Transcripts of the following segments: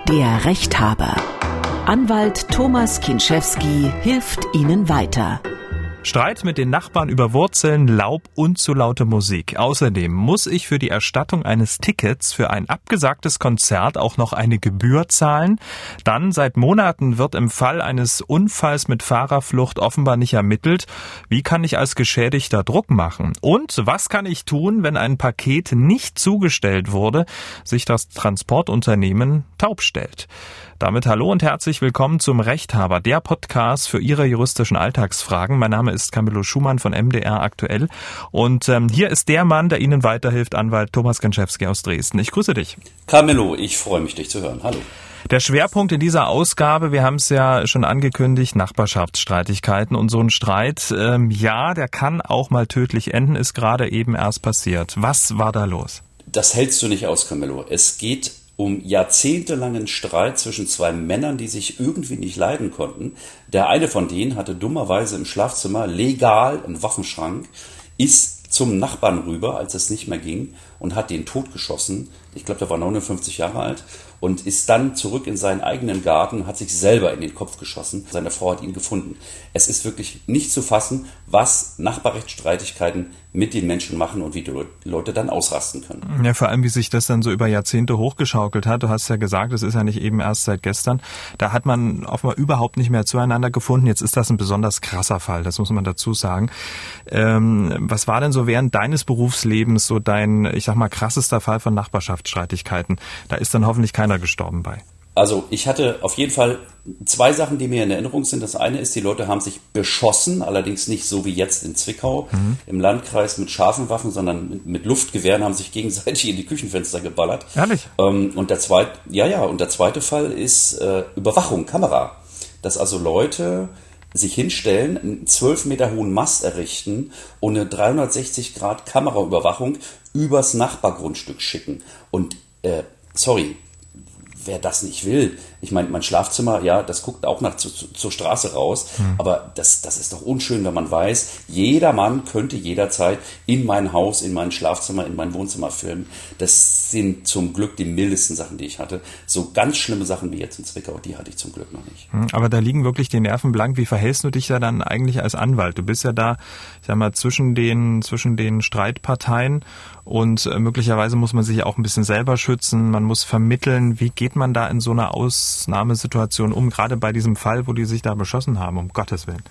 Der Rechthaber. Anwalt Thomas Kinschewski hilft Ihnen weiter. Streit mit den Nachbarn über Wurzeln, Laub und zu laute Musik. Außerdem muss ich für die Erstattung eines Tickets für ein abgesagtes Konzert auch noch eine Gebühr zahlen. Dann seit Monaten wird im Fall eines Unfalls mit Fahrerflucht offenbar nicht ermittelt. Wie kann ich als Geschädigter Druck machen? Und was kann ich tun, wenn ein Paket nicht zugestellt wurde, sich das Transportunternehmen taub stellt? Damit hallo und herzlich willkommen zum Rechthaber, der Podcast für Ihre juristischen Alltagsfragen. Mein Name ist Camillo Schumann von MDR aktuell und hier ist der Mann, der Ihnen weiterhilft, Anwalt Thomas Kinschewski aus Dresden. Ich grüße dich. Camillo, ich freue mich, dich zu hören. Hallo. Der Schwerpunkt in dieser Ausgabe, wir haben es ja schon angekündigt, Nachbarschaftsstreitigkeiten und so ein Streit, der kann auch mal tödlich enden, ist gerade eben erst passiert. Was war da los? Das hältst du nicht aus, Camillo. Es geht um jahrzehntelangen Streit zwischen zwei Männern, die sich irgendwie nicht leiden konnten. Der eine von denen hatte dummerweise im Schlafzimmer legal einen Waffenschrank, ist zum Nachbarn rüber, als es nicht mehr ging, und hat den totgeschossen. Ich glaube, der war 59 Jahre alt und ist dann zurück in seinen eigenen Garten, hat sich selber in den Kopf geschossen. Seine Frau hat ihn gefunden. Es ist wirklich nicht zu fassen, was Nachbarrechtsstreitigkeiten mit den Menschen machen und wie die Leute dann ausrasten können. Ja, vor allem, wie sich das dann so über Jahrzehnte hochgeschaukelt hat. Du hast ja gesagt, es ist ja nicht eben erst seit gestern. Da hat man offenbar überhaupt nicht mehr zueinander gefunden. Jetzt ist das ein besonders krasser Fall, das muss man dazu sagen. Was war denn so während deines Berufslebens so dein, ich sag mal, krassester Fall von Nachbarschaftsstreitigkeiten? Da ist dann hoffentlich keiner gestorben bei. Also ich hatte auf jeden Fall zwei Sachen, die mir in Erinnerung sind. Das eine ist, die Leute haben sich beschossen, allerdings nicht so wie jetzt in Zwickau im Landkreis mit scharfen Waffen, sondern mit Luftgewehren, haben sich gegenseitig in die Küchenfenster geballert. Ehrlich? Und der zweite Fall ist Überwachung, Kamera. Dass also Leute sich hinstellen, einen 12 Meter hohen Mast errichten und eine 360-Grad-Kameraüberwachung übers Nachbargrundstück schicken. Und wer das nicht will, ich meine, mein Schlafzimmer, ja, das guckt auch zur Straße raus, aber das ist doch unschön, wenn man weiß, jeder Mann könnte jederzeit in mein Haus, in mein Schlafzimmer, in mein Wohnzimmer filmen. Das sind zum Glück die mildesten Sachen, die ich hatte. So ganz schlimme Sachen wie jetzt in Zwickau, die hatte ich zum Glück noch nicht. Aber da liegen wirklich die Nerven blank. Wie verhältst du dich da dann eigentlich als Anwalt? Du bist ja da, ich sag mal, zwischen den Streitparteien und möglicherweise muss man sich ja auch ein bisschen selber schützen, man muss vermitteln. Wie geht man da in so einer Ausnahmesituation um, gerade bei diesem Fall, wo die sich da beschossen haben, um Gottes Willen?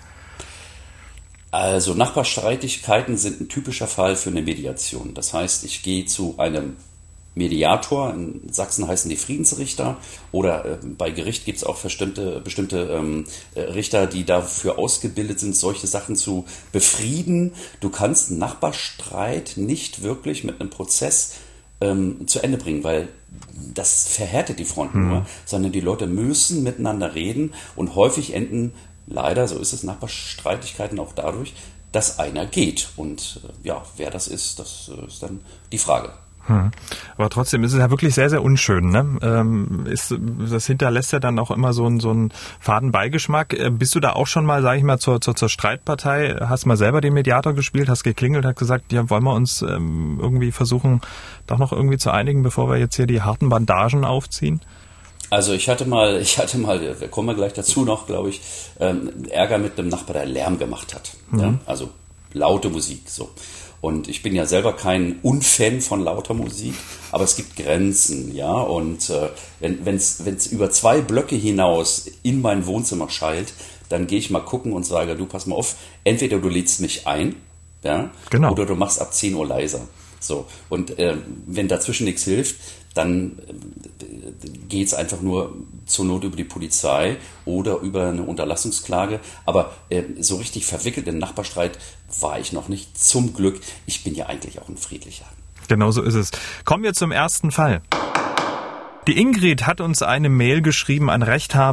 Also Nachbarstreitigkeiten sind ein typischer Fall für eine Mediation. Das heißt, ich gehe zu einem Mediator, in Sachsen heißen die Friedensrichter, oder bei Gericht gibt es auch bestimmte Richter, die dafür ausgebildet sind, solche Sachen zu befrieden. Du kannst einen Nachbarstreit nicht wirklich mit einem Prozess zu Ende bringen, weil das verhärtet die Fronten nur, sondern die Leute müssen miteinander reden und häufig enden, leider, so ist es, Nachbarstreitigkeiten auch dadurch, dass einer geht. Und wer das ist dann die Frage. Aber trotzdem ist es ja wirklich sehr, sehr unschön, ne? Das hinterlässt ja dann auch immer so einen faden Beigeschmack. Bist du da auch schon mal, sage ich mal, zur Streitpartei, hast mal selber den Mediator gespielt, hast geklingelt, hast gesagt, ja, wollen wir uns irgendwie versuchen, doch noch irgendwie zu einigen, bevor wir jetzt hier die harten Bandagen aufziehen? Also ich hatte mal, wir kommen gleich dazu noch, glaube ich, Ärger mit einem Nachbar, der Lärm gemacht hat. Ja? Also laute Musik, so. Und ich bin ja selber kein Unfan von lauter Musik, aber es gibt Grenzen, ja. Und wenn es über 2 Blöcke hinaus in mein Wohnzimmer schallt, dann gehe ich mal gucken und sage, du, pass mal auf, entweder du lädst mich ein, ja, genau, oder du machst ab 10 Uhr leiser. So. Und wenn dazwischen nichts hilft, dann geht es einfach nur zur Not über die Polizei oder über eine Unterlassungsklage. Aber so richtig verwickelt in den Nachbarstreit war ich noch nicht. Zum Glück, ich bin ja eigentlich auch ein friedlicher. Genau so ist es. Kommen wir zum ersten Fall. Die Ingrid hat uns eine Mail geschrieben an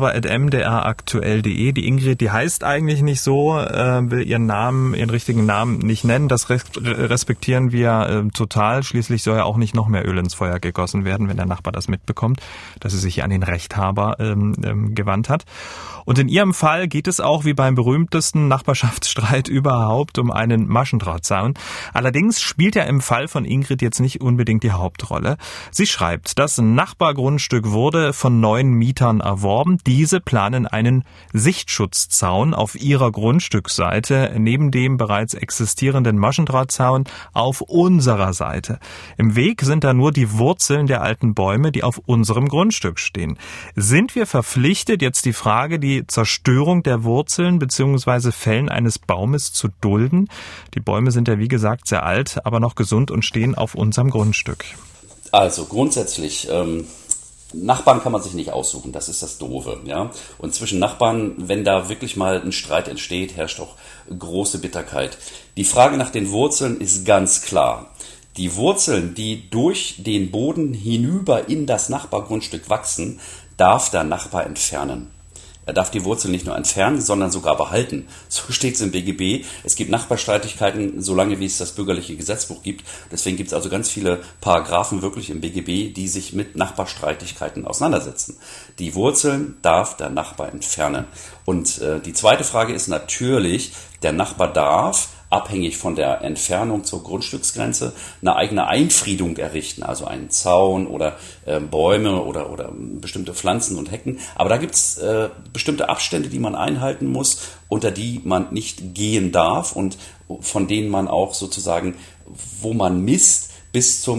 rechthaber@mdraktuell.de. Die Ingrid, die heißt eigentlich nicht so, will ihren richtigen Namen nicht nennen. Das respektieren wir total. Schließlich soll ja auch nicht noch mehr Öl ins Feuer gegossen werden, wenn der Nachbar das mitbekommt, dass sie sich an den Rechthaber gewandt hat. Und in ihrem Fall geht es auch wie beim berühmtesten Nachbarschaftsstreit überhaupt um einen Maschendrahtzaun. Allerdings spielt er im Fall von Ingrid jetzt nicht unbedingt die Hauptrolle. Sie schreibt, das Nachbargrundstück Grundstück wurde von 9 Mietern erworben. Diese planen einen Sichtschutzzaun auf ihrer Grundstücksseite neben dem bereits existierenden Maschendrahtzaun auf unserer Seite. Im Weg sind da nur die Wurzeln der alten Bäume, die auf unserem Grundstück stehen. Sind wir verpflichtet, jetzt die Frage, die Zerstörung der Wurzeln bzw. Fällen eines Baumes zu dulden? Die Bäume sind ja wie gesagt sehr alt, aber noch gesund und stehen auf unserem Grundstück. Also grundsätzlich, Nachbarn kann man sich nicht aussuchen, das ist das Doofe. Ja? Und zwischen Nachbarn, wenn da wirklich mal ein Streit entsteht, herrscht auch große Bitterkeit. Die Frage nach den Wurzeln ist ganz klar. Die Wurzeln, die durch den Boden hinüber in das Nachbargrundstück wachsen, darf der Nachbar entfernen. Er darf die Wurzeln nicht nur entfernen, sondern sogar behalten. So steht es im BGB. Es gibt Nachbarstreitigkeiten, solange wie es das bürgerliche Gesetzbuch gibt. Deswegen gibt es also ganz viele Paragraphen wirklich im BGB, die sich mit Nachbarstreitigkeiten auseinandersetzen. Die Wurzeln darf der Nachbar entfernen. Und die zweite Frage ist natürlich, der Nachbar darf, abhängig von der Entfernung zur Grundstücksgrenze, eine eigene Einfriedung errichten, also einen Zaun oder Bäume oder bestimmte Pflanzen und Hecken. Aber da gibt es bestimmte Abstände, die man einhalten muss, unter die man nicht gehen darf und von denen man auch sozusagen, wo man misst, bis zur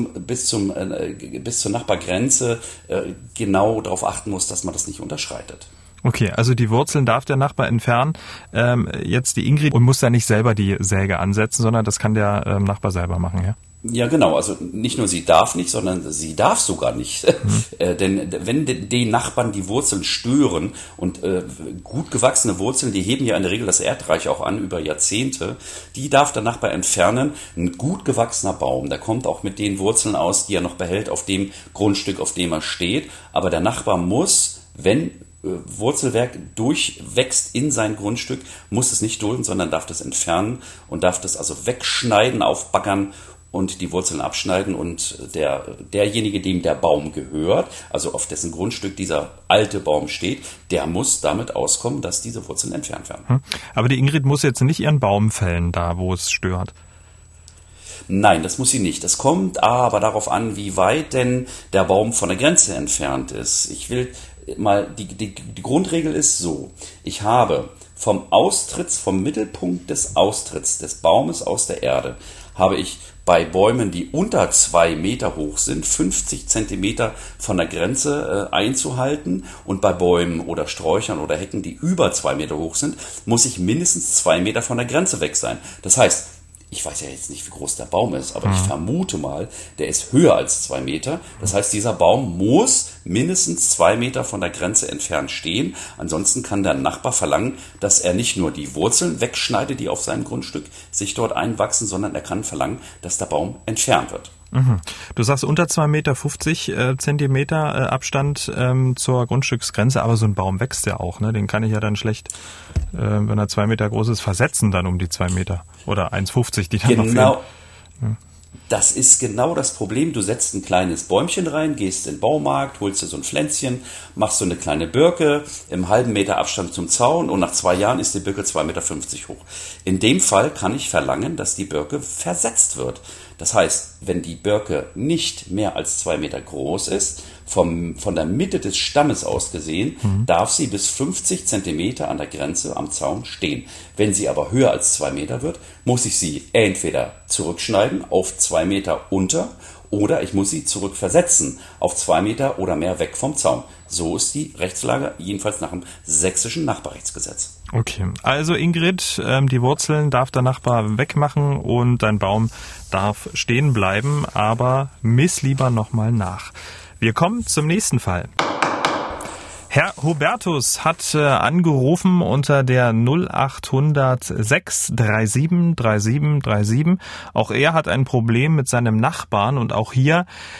Nachbargrenze genau darauf achten muss, dass man das nicht unterschreitet. Okay, also die Wurzeln darf der Nachbar entfernen. Jetzt die Ingrid und muss da nicht selber die Säge ansetzen, sondern das kann der Nachbar selber machen, ja? Ja, genau. Also nicht nur sie darf nicht, sondern sie darf sogar nicht. Denn wenn den Nachbarn die Wurzeln stören und gut gewachsene Wurzeln, die heben ja in der Regel das Erdreich auch an über Jahrzehnte, die darf der Nachbar entfernen. Ein gut gewachsener Baum, der kommt auch mit den Wurzeln aus, die er noch behält auf dem Grundstück, auf dem er steht. Aber der Nachbar muss, wenn Wurzelwerk durchwächst in sein Grundstück, muss es nicht dulden, sondern darf das entfernen und darf das also wegschneiden, aufbaggern und die Wurzeln abschneiden. Und derjenige, dem der Baum gehört, also auf dessen Grundstück dieser alte Baum steht, der muss damit auskommen, dass diese Wurzeln entfernt werden. Aber die Ingrid muss jetzt nicht ihren Baum fällen, da wo es stört. Nein, das muss sie nicht. Es kommt aber darauf an, wie weit denn der Baum von der Grenze entfernt ist. Ich will mal, die Grundregel ist so: Ich habe vom Mittelpunkt des Austritts des Baumes aus der Erde, habe ich bei Bäumen, die unter 2 Meter hoch sind, 50 Zentimeter von der Grenze einzuhalten. Und bei Bäumen oder Sträuchern oder Hecken, die über 2 Meter hoch sind, muss ich mindestens 2 Meter von der Grenze weg sein. Das heißt, ich weiß ja jetzt nicht, wie groß der Baum ist, aber ich vermute mal, der ist höher als 2 Meter. Das heißt, dieser Baum muss mindestens 2 Meter von der Grenze entfernt stehen. Ansonsten kann der Nachbar verlangen, dass er nicht nur die Wurzeln wegschneidet, die auf seinem Grundstück sich dort einwachsen, sondern er kann verlangen, dass der Baum entfernt wird. Du sagst unter 2,50 Meter Zentimeter Abstand zur Grundstücksgrenze, aber so ein Baum wächst ja auch, ne? Den kann ich ja dann schlecht, wenn er 2 Meter groß ist, versetzen dann um die 2 Meter oder 1,50, die dann noch fehlen. Das ist genau das Problem. Du setzt ein kleines Bäumchen rein, gehst in den Baumarkt, holst dir so ein Pflänzchen, machst so eine kleine Birke im halben Meter Abstand zum Zaun und nach 2 Jahren ist die Birke 2,50 Meter hoch. In dem Fall kann ich verlangen, dass die Birke versetzt wird. Das heißt, wenn die Birke nicht mehr als 2 Meter groß ist, von der Mitte des Stammes aus gesehen, darf sie bis 50 Zentimeter an der Grenze am Zaun stehen. Wenn sie aber höher als 2 Meter wird, muss ich sie entweder zurückschneiden auf 2 Meter unter oder ich muss sie zurückversetzen auf 2 Meter oder mehr weg vom Zaun. So ist die Rechtslage, jedenfalls nach dem sächsischen Nachbarrechtsgesetz. Okay, also Ingrid, die Wurzeln darf der Nachbar wegmachen und dein Baum darf stehen bleiben, aber miss lieber nochmal nach. Wir kommen zum nächsten Fall. Herr Hubertus hat angerufen unter der 0800 637 3737. Auch er hat ein Problem mit seinem Nachbarn und auch hier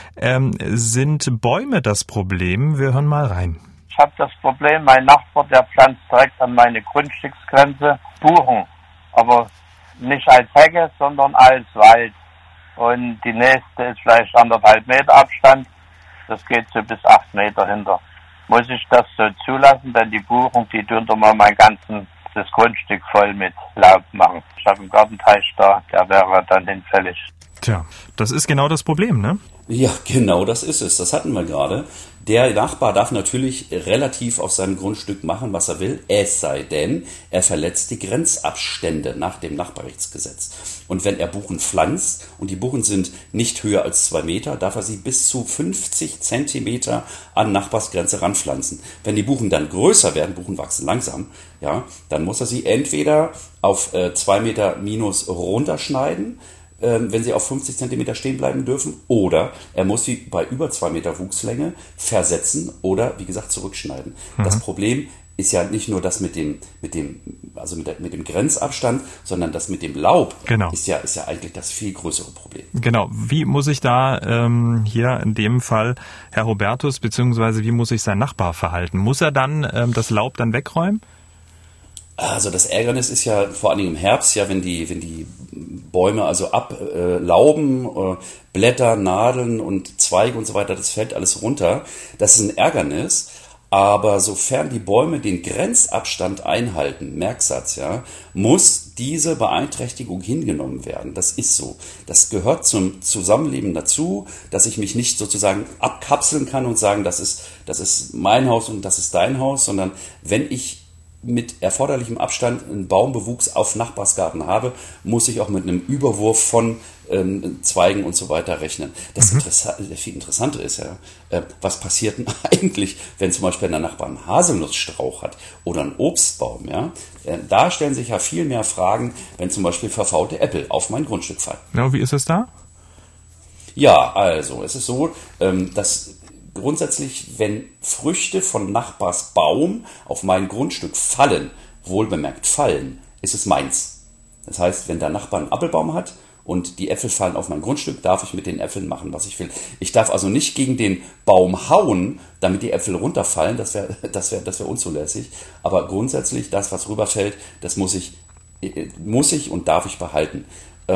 sind Bäume das Problem. Wir hören mal rein. Ich habe das Problem, mein Nachbar, der pflanzt direkt an meine Grundstücksgrenze Buchen, aber nicht als Hecke, sondern als Wald. Und die nächste ist vielleicht 1,5 Meter Abstand, das geht so bis 8 Meter hinter. Muss ich das so zulassen, denn die Buchen, die tun doch mal das Grundstück voll mit Laub machen. Ich habe einen Gartenteich da, der wäre dann hinfällig. Tja, das ist genau das Problem, ne? Ja, genau das ist es. Das hatten wir gerade. Der Nachbar darf natürlich relativ auf seinem Grundstück machen, was er will, es sei denn, er verletzt die Grenzabstände nach dem Nachbarrechtsgesetz. Und wenn er Buchen pflanzt und die Buchen sind nicht höher als 2 Meter, darf er sie bis zu 50 Zentimeter an Nachbarsgrenze ranpflanzen. Wenn die Buchen dann größer werden, Buchen wachsen langsam, ja, dann muss er sie entweder auf 2 Meter minus runterschneiden, wenn sie auf 50 Zentimeter stehen bleiben dürfen, oder er muss sie bei über 2 Meter Wuchslänge versetzen oder, wie gesagt, zurückschneiden. Das Problem ist ja nicht nur das mit dem Grenzabstand, sondern das mit dem Laub ist ja eigentlich das viel größere Problem. Genau. Wie muss ich da hier in dem Fall Herr Hubertus, beziehungsweise wie muss sich sein Nachbar verhalten? Muss er dann das Laub dann wegräumen? Also das Ärgernis ist ja vor allen Dingen im Herbst, ja, wenn die Bäume also ablauben, Blätter, Nadeln und Zweige und so weiter, das fällt alles runter. Das ist ein Ärgernis, aber sofern die Bäume den Grenzabstand einhalten, Merksatz, ja, muss diese Beeinträchtigung hingenommen werden. Das ist so. Das gehört zum Zusammenleben dazu, dass ich mich nicht sozusagen abkapseln kann und sagen, das ist mein Haus und das ist dein Haus, sondern wenn ich mit erforderlichem Abstand einen Baumbewuchs auf Nachbarsgarten habe, muss ich auch mit einem Überwurf von Zweigen und so weiter rechnen. Das viel Interessante ist ja, was passiert denn eigentlich, wenn zum Beispiel der Nachbar einen Haselnussstrauch hat oder einen Obstbaum, ja? Da stellen sich ja viel mehr Fragen, wenn zum Beispiel verfaulte Äpfel auf mein Grundstück fallen. Ja, wie ist es da? Ja, also es ist so, dass grundsätzlich, wenn Früchte von Nachbars Baum auf mein Grundstück fallen, wohlbemerkt fallen, ist es meins. Das heißt, wenn der Nachbar einen Apfelbaum hat und die Äpfel fallen auf mein Grundstück, darf ich mit den Äpfeln machen, was ich will. Ich darf also nicht gegen den Baum hauen, damit die Äpfel runterfallen, das wäre unzulässig. Aber grundsätzlich, das, was rüberfällt, das muss ich und darf ich behalten.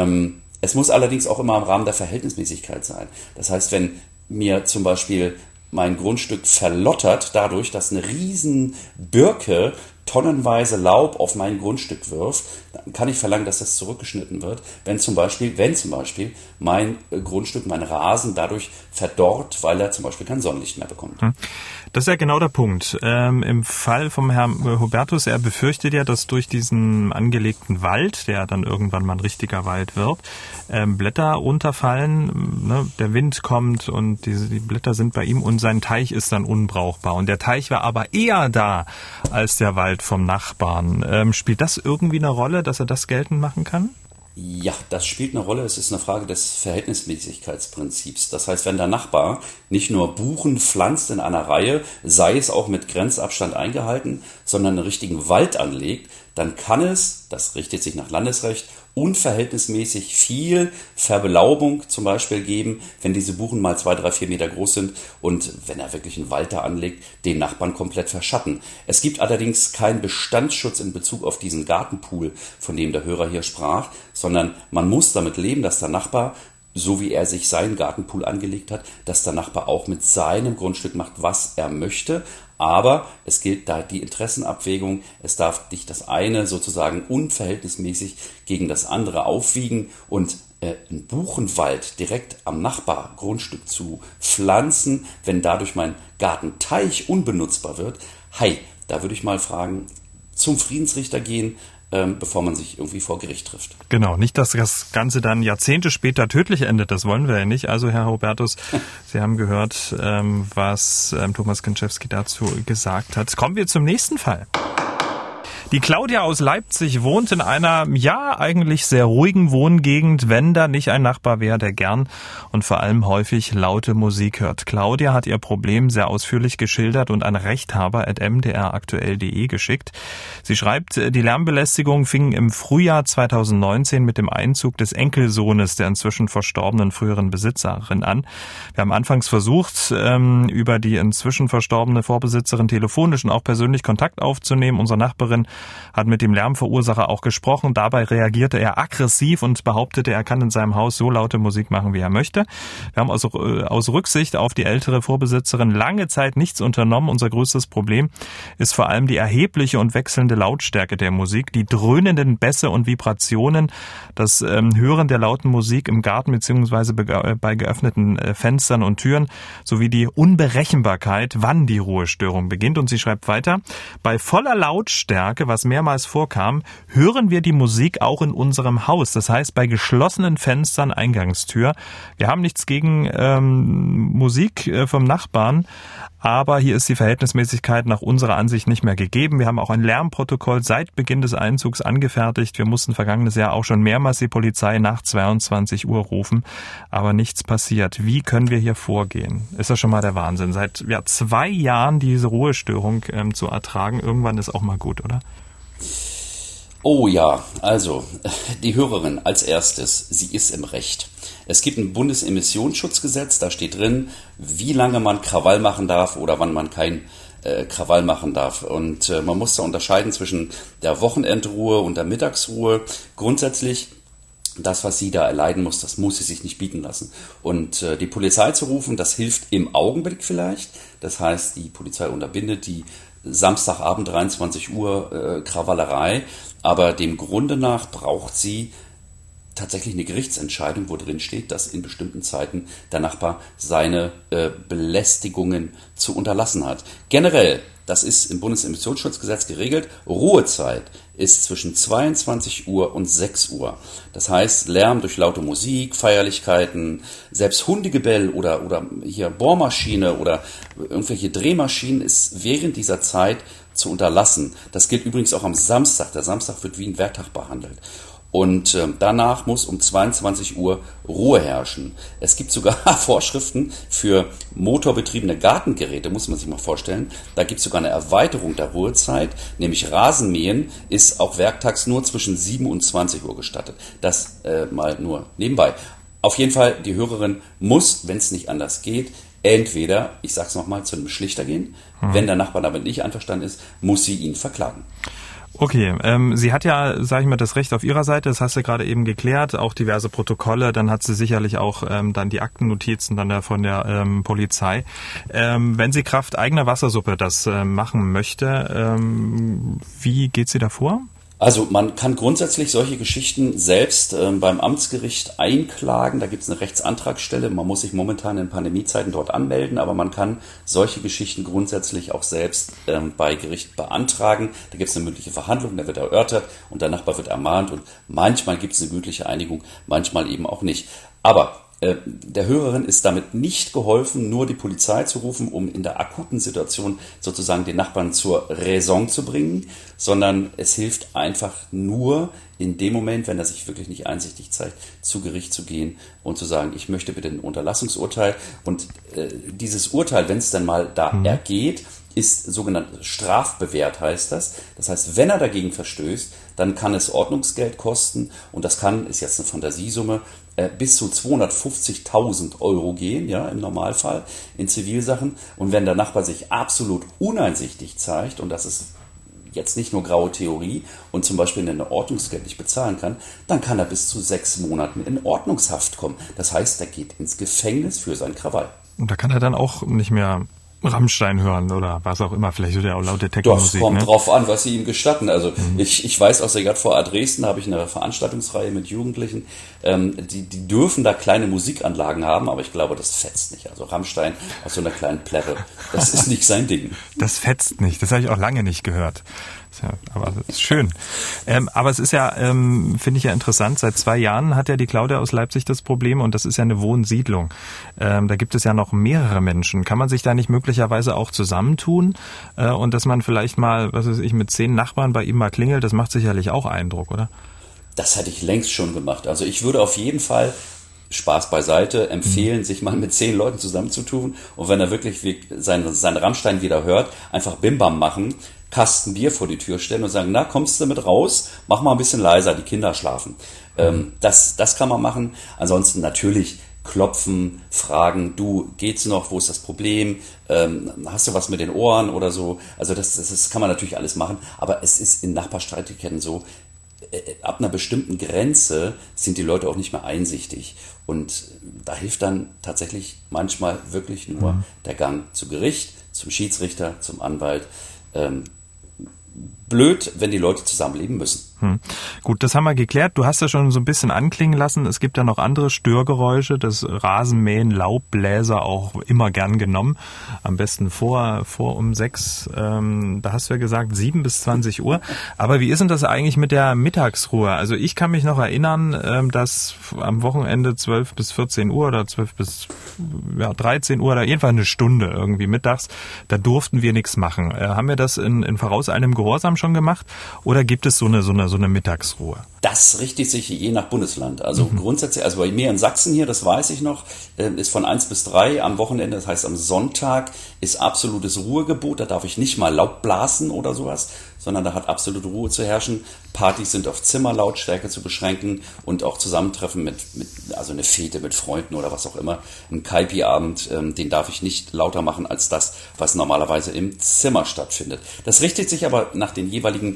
Es muss allerdings auch immer im Rahmen der Verhältnismäßigkeit sein. Das heißt, wenn mir zum Beispiel mein Grundstück verlottert dadurch, dass eine riesen Birke tonnenweise Laub auf mein Grundstück wirft, dann kann ich verlangen, dass das zurückgeschnitten wird, wenn zum Beispiel mein Grundstück, mein Rasen dadurch verdorrt, weil er zum Beispiel kein Sonnenlicht mehr bekommt. Das ist ja genau der Punkt. Im Fall vom Herrn Hubertus, er befürchtet ja, dass durch diesen angelegten Wald, der dann irgendwann mal ein richtiger Wald wird, Blätter runterfallen, ne? Der Wind kommt und die Blätter sind bei ihm und sein Teich ist dann unbrauchbar. Und der Teich war aber eher da als der Wald vom Nachbarn. Spielt das irgendwie eine Rolle, dass er das geltend machen kann? Ja, das spielt eine Rolle. Es ist eine Frage des Verhältnismäßigkeitsprinzips. Das heißt, wenn der Nachbar nicht nur Buchen pflanzt in einer Reihe, sei es auch mit Grenzabstand eingehalten, sondern einen richtigen Wald anlegt, dann kann es, das richtet sich nach Landesrecht, unverhältnismäßig viel Verbelaubung zum Beispiel geben, wenn diese Buchen mal 2, 3, 4 Meter groß sind und wenn er wirklich einen Wald da anlegt, den Nachbarn komplett verschatten. Es gibt allerdings keinen Bestandsschutz in Bezug auf diesen Gartenpool, von dem der Hörer hier sprach, sondern man muss damit leben, dass der Nachbar, so wie er sich seinen Gartenpool angelegt hat, dass der Nachbar auch mit seinem Grundstück macht, was er möchte. Aber es gilt da die Interessenabwägung. Es darf nicht das eine sozusagen unverhältnismäßig gegen das andere aufwiegen. Und einen Buchenwald direkt am Nachbargrundstück zu pflanzen, wenn dadurch mein Gartenteich unbenutzbar wird, da würde ich mal fragen, zum Friedensrichter gehen, bevor man sich irgendwie vor Gericht trifft. Genau, nicht, dass das Ganze dann Jahrzehnte später tödlich endet, das wollen wir ja nicht. Also Herr Hubertus, Sie haben gehört, was Thomas Kinczewski dazu gesagt hat. Kommen wir zum nächsten Fall. Die Claudia aus Leipzig wohnt in einer, eigentlich sehr ruhigen Wohngegend, wenn da nicht ein Nachbar wäre, der gern und vor allem häufig laute Musik hört. Claudia hat ihr Problem sehr ausführlich geschildert und an rechthaber@mdraktuell.de geschickt. Sie schreibt, die Lärmbelästigung fing im Frühjahr 2019 mit dem Einzug des Enkelsohnes der inzwischen verstorbenen früheren Besitzerin an. Wir haben anfangs versucht, über die inzwischen verstorbene Vorbesitzerin telefonisch und auch persönlich Kontakt aufzunehmen. Unsere Nachbarin hat mit dem Lärmverursacher auch gesprochen. Dabei reagierte er aggressiv und behauptete, er kann in seinem Haus so laute Musik machen, wie er möchte. Wir haben also aus Rücksicht auf die ältere Vorbesitzerin lange Zeit nichts unternommen. Unser größtes Problem ist vor allem die erhebliche und wechselnde Lautstärke der Musik, die dröhnenden Bässe und Vibrationen, das Hören der lauten Musik im Garten bzw. bei geöffneten Fenstern und Türen sowie die Unberechenbarkeit, wann die Ruhestörung beginnt. Und sie schreibt weiter, bei voller Lautstärke, was mehrmals vorkam, hören wir die Musik auch in unserem Haus. Das heißt, bei geschlossenen Fenstern, Eingangstür. Wir haben nichts gegen Musik vom Nachbarn, aber hier ist die Verhältnismäßigkeit nach unserer Ansicht nicht mehr gegeben. Wir haben auch ein Lärmprotokoll seit Beginn des Einzugs angefertigt. Wir mussten vergangenes Jahr auch schon mehrmals die Polizei nach 22 Uhr rufen, aber nichts passiert. Wie können wir hier vorgehen? Ist das schon mal der Wahnsinn. Seit 2 Jahren diese Ruhestörung zu ertragen, irgendwann ist auch mal gut, oder? Oh ja, also die Hörerin als erstes, sie ist im Recht. Es gibt ein Bundesemissionsschutzgesetz, da steht drin, wie lange man Krawall machen darf oder wann man kein Krawall machen darf. Und man muss da unterscheiden zwischen der Wochenendruhe und der Mittagsruhe. Grundsätzlich, das, was sie da erleiden muss, das muss sie sich nicht bieten lassen. Und die Polizei zu rufen, das hilft im Augenblick vielleicht. Das heißt, die Polizei unterbindet die Samstagabend 23 Uhr Krawallerei. Aber dem Grunde nach braucht sie tatsächlich eine Gerichtsentscheidung, wo drin steht, dass in bestimmten Zeiten der Nachbar seine Belästigungen zu unterlassen hat. Generell, das ist im Bundesemissionsschutzgesetz geregelt, Ruhezeit ist zwischen 22 Uhr und 6 Uhr. Das heißt, Lärm durch laute Musik, Feierlichkeiten, selbst Hundegebell oder hier Bohrmaschine oder irgendwelche Drehmaschinen ist während dieser Zeit zu unterlassen. Das gilt übrigens auch am Samstag. Der Samstag wird wie ein Werktag behandelt. Und danach muss um 22 Uhr Ruhe herrschen. Es gibt sogar Vorschriften für motorbetriebene Gartengeräte, muss man sich mal vorstellen. Da gibt es sogar eine Erweiterung der Ruhezeit, nämlich Rasenmähen ist auch werktags nur zwischen 7 und 20 Uhr gestattet. Das mal nur nebenbei. Auf jeden Fall, die Hörerin muss, wenn es nicht anders geht, entweder, ich sag's nochmal, zu einem Schlichter gehen. Wenn der Nachbar damit nicht einverstanden ist, muss sie ihn verklagen. Okay, sie hat ja, sage ich mal, das Recht auf ihrer Seite, das hast du gerade eben geklärt, auch diverse Protokolle, dann hat sie sicherlich auch dann die Aktennotizen dann von der Polizei. Wenn sie Kraft eigener Wassersuppe das machen möchte, wie geht sie da vor? Also man kann grundsätzlich solche Geschichten selbst beim Amtsgericht einklagen. Da gibt es eine Rechtsantragsstelle. Man muss sich momentan in Pandemiezeiten dort anmelden, aber man kann solche Geschichten grundsätzlich auch selbst bei Gericht beantragen. Da gibt es eine mündliche Verhandlung, da wird erörtert und der Nachbar wird ermahnt und manchmal gibt es eine mündliche Einigung, manchmal eben auch nicht. Aber der Hörerin ist damit nicht geholfen, nur die Polizei zu rufen, um in der akuten Situation sozusagen den Nachbarn zur Raison zu bringen, sondern es hilft einfach nur in dem Moment, wenn er sich wirklich nicht einsichtig zeigt, zu Gericht zu gehen und zu sagen, ich möchte bitte ein Unterlassungsurteil. Und dieses Urteil, wenn es dann mal da ergeht, ist sogenannt strafbewehrt, heißt das. Das heißt, wenn er dagegen verstößt, dann kann es Ordnungsgeld kosten und das kann, ist jetzt eine Fantasiesumme, bis zu 250.000 Euro gehen, ja, im Normalfall in Zivilsachen. Und wenn der Nachbar sich absolut uneinsichtig zeigt, und das ist jetzt nicht nur graue Theorie, und zum Beispiel eine Ordnungsgeld nicht bezahlen kann, dann kann er bis zu 6 Monaten in Ordnungshaft kommen. Das heißt, er geht ins Gefängnis für seinen Krawall. Und da kann er dann auch nicht mehr Rammstein hören oder was auch immer, vielleicht oder auch laute Techno-Musik. Das kommt drauf an, was sie ihm gestatten. Also ich weiß aus der JVA Dresden, da habe ich eine Veranstaltungsreihe mit Jugendlichen, die dürfen da kleine Musikanlagen haben, aber ich glaube, das fetzt nicht. Also Rammstein aus so einer kleinen Plärre, das ist nicht sein Ding. Das fetzt nicht, das habe ich auch lange nicht gehört. Ja, aber das ist schön. Aber es ist ja, finde ich ja interessant, seit 2 Jahren hat ja die Claudia aus Leipzig das Problem und das ist ja eine Wohnsiedlung. Da gibt es ja noch mehrere Menschen. Kann man sich da nicht möglicherweise auch zusammentun und dass man vielleicht mal, was weiß ich, mit 10 Nachbarn bei ihm mal klingelt, das macht sicherlich auch Eindruck, oder? Das hätte ich längst schon gemacht. Also ich würde auf jeden Fall, Spaß beiseite, empfehlen, sich mal mit 10 Leuten zusammenzutun und wenn er wirklich sein Rammstein wieder hört, einfach Bimbam machen, Kasten Bier vor die Tür stellen und sagen, na, kommst du mit raus? Mach mal ein bisschen leiser, die Kinder schlafen. Das kann man machen. Ansonsten natürlich klopfen, fragen, du, geht's noch, wo ist das Problem, hast du was mit den Ohren oder so. Also das kann man natürlich alles machen, aber es ist in Nachbarstreitigkeiten so, ab einer bestimmten Grenze sind die Leute auch nicht mehr einsichtig. Und da hilft dann tatsächlich manchmal wirklich nur der Gang zu Gericht, zum Schiedsrichter, zum Anwalt. Blöd, wenn die Leute zusammenleben müssen. Gut, das haben wir geklärt. Du hast ja schon so ein bisschen anklingen lassen. Es gibt ja noch andere Störgeräusche. Das Rasenmähen, Laubbläser auch immer gern genommen. Am besten vor um 6. Da hast du ja gesagt 7 bis 20 Uhr. Aber wie ist denn das eigentlich mit der Mittagsruhe? Also ich kann mich noch erinnern, dass am Wochenende 12 bis 14 Uhr oder 12 bis 13 Uhr oder jedenfalls eine Stunde irgendwie mittags, da durften wir nichts machen. Haben wir das in vorauseilendem Gehorsam schon gemacht? Oder gibt es so eine Mittagsruhe? Das richtet sich je nach Bundesland. Also grundsätzlich, also bei mir in Sachsen hier, das weiß ich noch, ist von 1 bis 3 am Wochenende, das heißt am Sonntag, ist absolutes Ruhegebot. Da darf ich nicht mal laut blasen oder sowas, sondern da hat absolute Ruhe zu herrschen. Partys sind auf Zimmerlautstärke zu beschränken und auch Zusammentreffen also eine Fete mit Freunden oder was auch immer, ein Kaipi-Abend, den darf ich nicht lauter machen als das, was normalerweise im Zimmer stattfindet. Das richtet sich aber nach den jeweiligen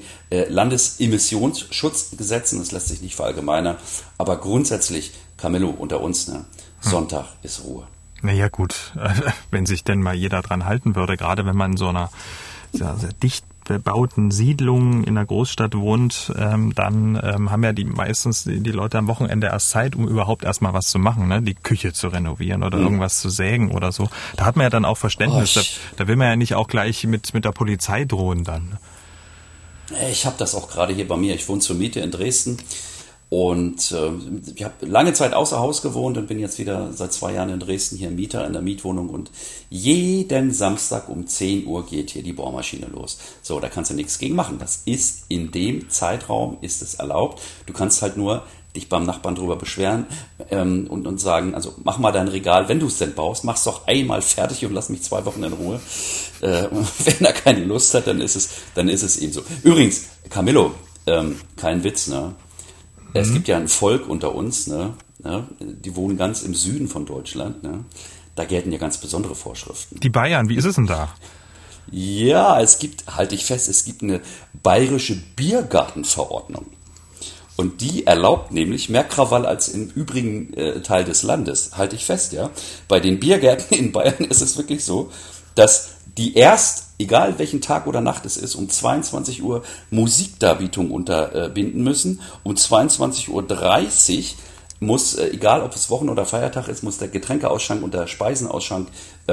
Landesemissionsschutzgesetzen, das lässt sich nicht verallgemeinern, aber grundsätzlich, Camillo, unter uns, ne, Sonntag ist Ruhe. Naja gut, wenn sich denn mal jeder dran halten würde, gerade wenn man in so einer sehr dicht bebauten Siedlung in einer Großstadt wohnt, dann haben ja meistens die Leute am Wochenende erst Zeit, um überhaupt erstmal was zu machen, ne? Die Küche zu renovieren oder irgendwas zu sägen oder so. Da hat man ja dann auch Verständnis. Da will man ja nicht auch gleich mit der Polizei drohen dann. Ich habe das auch gerade hier bei mir. Ich wohne zur Miete in Dresden und ich habe lange Zeit außer Haus gewohnt und bin jetzt wieder seit 2 Jahren in Dresden hier Mieter in der Mietwohnung und jeden Samstag um 10 Uhr geht hier die Bohrmaschine los. So, da kannst du nichts gegen machen. Das ist in dem Zeitraum ist es erlaubt. Du kannst halt nur dich beim Nachbarn drüber beschweren und sagen, also mach mal dein Regal, wenn du es denn baust, mach's doch einmal fertig und lass mich 2 Wochen in Ruhe. Wenn er keine Lust hat, dann ist es eben so. Übrigens, Camillo, kein Witz, ne? Es gibt ja ein Volk unter uns, ne? Die wohnen ganz im Süden von Deutschland, ne? Da gelten ja ganz besondere Vorschriften. Die Bayern, wie ist es denn da? Ja, halte ich fest, es gibt eine bayerische Biergartenverordnung. Und die erlaubt nämlich mehr Krawall als im übrigen Teil des Landes. Halte ich fest, ja. Bei den Biergärten in Bayern ist es wirklich so, dass die egal welchen Tag oder Nacht es ist, um 22 Uhr Musikdarbietung unterbinden müssen. Um 22:30 Uhr muss, egal ob es Wochen- oder Feiertag ist, muss der Getränkeausschank und der Speisenausschank